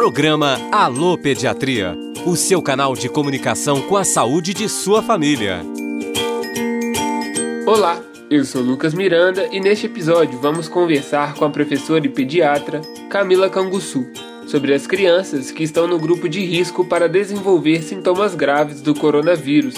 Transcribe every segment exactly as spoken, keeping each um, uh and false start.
Programa Alô Pediatria, o seu canal de comunicação com a saúde de sua família. Olá, eu sou Lucas Miranda e neste episódio vamos conversar com a professora e pediatra Camila Canguçu sobre as crianças que estão no grupo de risco para desenvolver sintomas graves do coronavírus.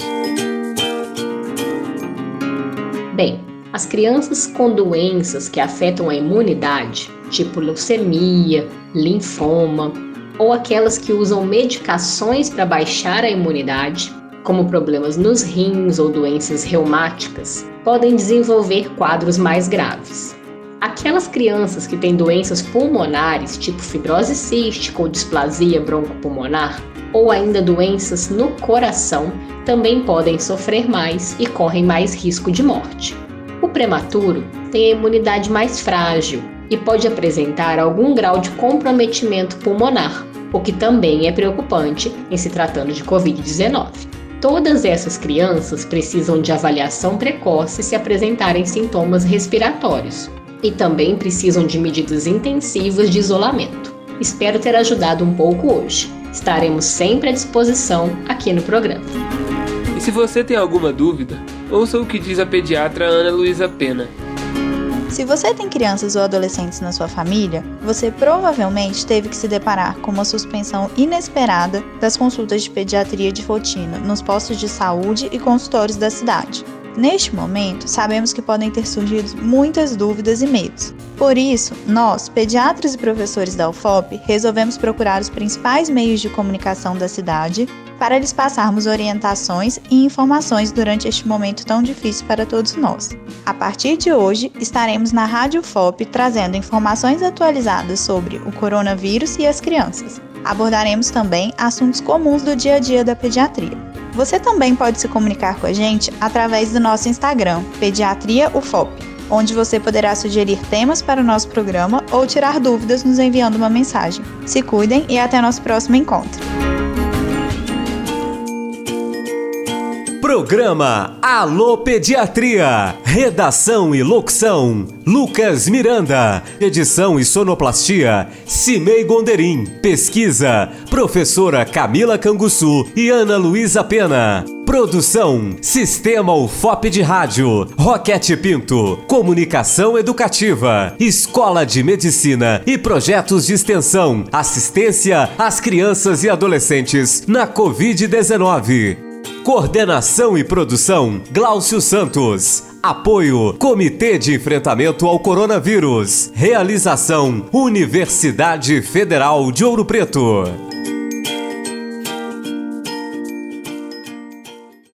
Bem, as crianças com doenças que afetam a imunidade, tipo leucemia, linfoma, ou aquelas que usam medicações para baixar a imunidade, como problemas nos rins ou doenças reumáticas, podem desenvolver quadros mais graves. Aquelas crianças que têm doenças pulmonares, tipo fibrose cística ou displasia broncopulmonar, ou ainda doenças no coração, também podem sofrer mais e correm mais risco de morte. O prematuro tem a imunidade mais frágil e pode apresentar algum grau de comprometimento pulmonar, o que também é preocupante em se tratando de covid dezenove. Todas essas crianças precisam de avaliação precoce se apresentarem sintomas respiratórios e também precisam de medidas intensivas de isolamento. Espero ter ajudado um pouco hoje. Estaremos sempre à disposição aqui no programa. E se você tem alguma dúvida, ouça o que diz a pediatra Ana Luísa Pena. Se você tem crianças ou adolescentes na sua família, você provavelmente teve que se deparar com uma suspensão inesperada das consultas de pediatria de rotina nos postos de saúde e consultórios da cidade. Neste momento, sabemos que podem ter surgido muitas dúvidas e medos. Por isso, nós, pediatras e professores da U F O P, resolvemos procurar os principais meios de comunicação da cidade para lhes passarmos orientações e informações durante este momento tão difícil para todos nós. A partir de hoje, estaremos na Rádio U F O P trazendo informações atualizadas sobre o coronavírus e as crianças. Abordaremos também assuntos comuns do dia a dia da pediatria. Você também pode se comunicar com a gente através do nosso Instagram, Pediatria U F O P, onde você poderá sugerir temas para o nosso programa ou tirar dúvidas nos enviando uma mensagem. Se cuidem e até nosso próximo encontro. Programa Alô Pediatria. Redação e locução: Lucas Miranda. Edição e sonoplastia: Cimei Gonderim. Pesquisa: Professora Camila Canguçu e Ana Luísa Pena. Produção: Sistema U F O P de Rádio, Roquete Pinto, Comunicação Educativa, Escola de Medicina e Projetos de Extensão, Assistência às Crianças e Adolescentes na covid dezenove. Coordenação e produção: Glaucio Santos. Apoio: Comitê de Enfrentamento ao Coronavírus. Realização: Universidade Federal de Ouro Preto.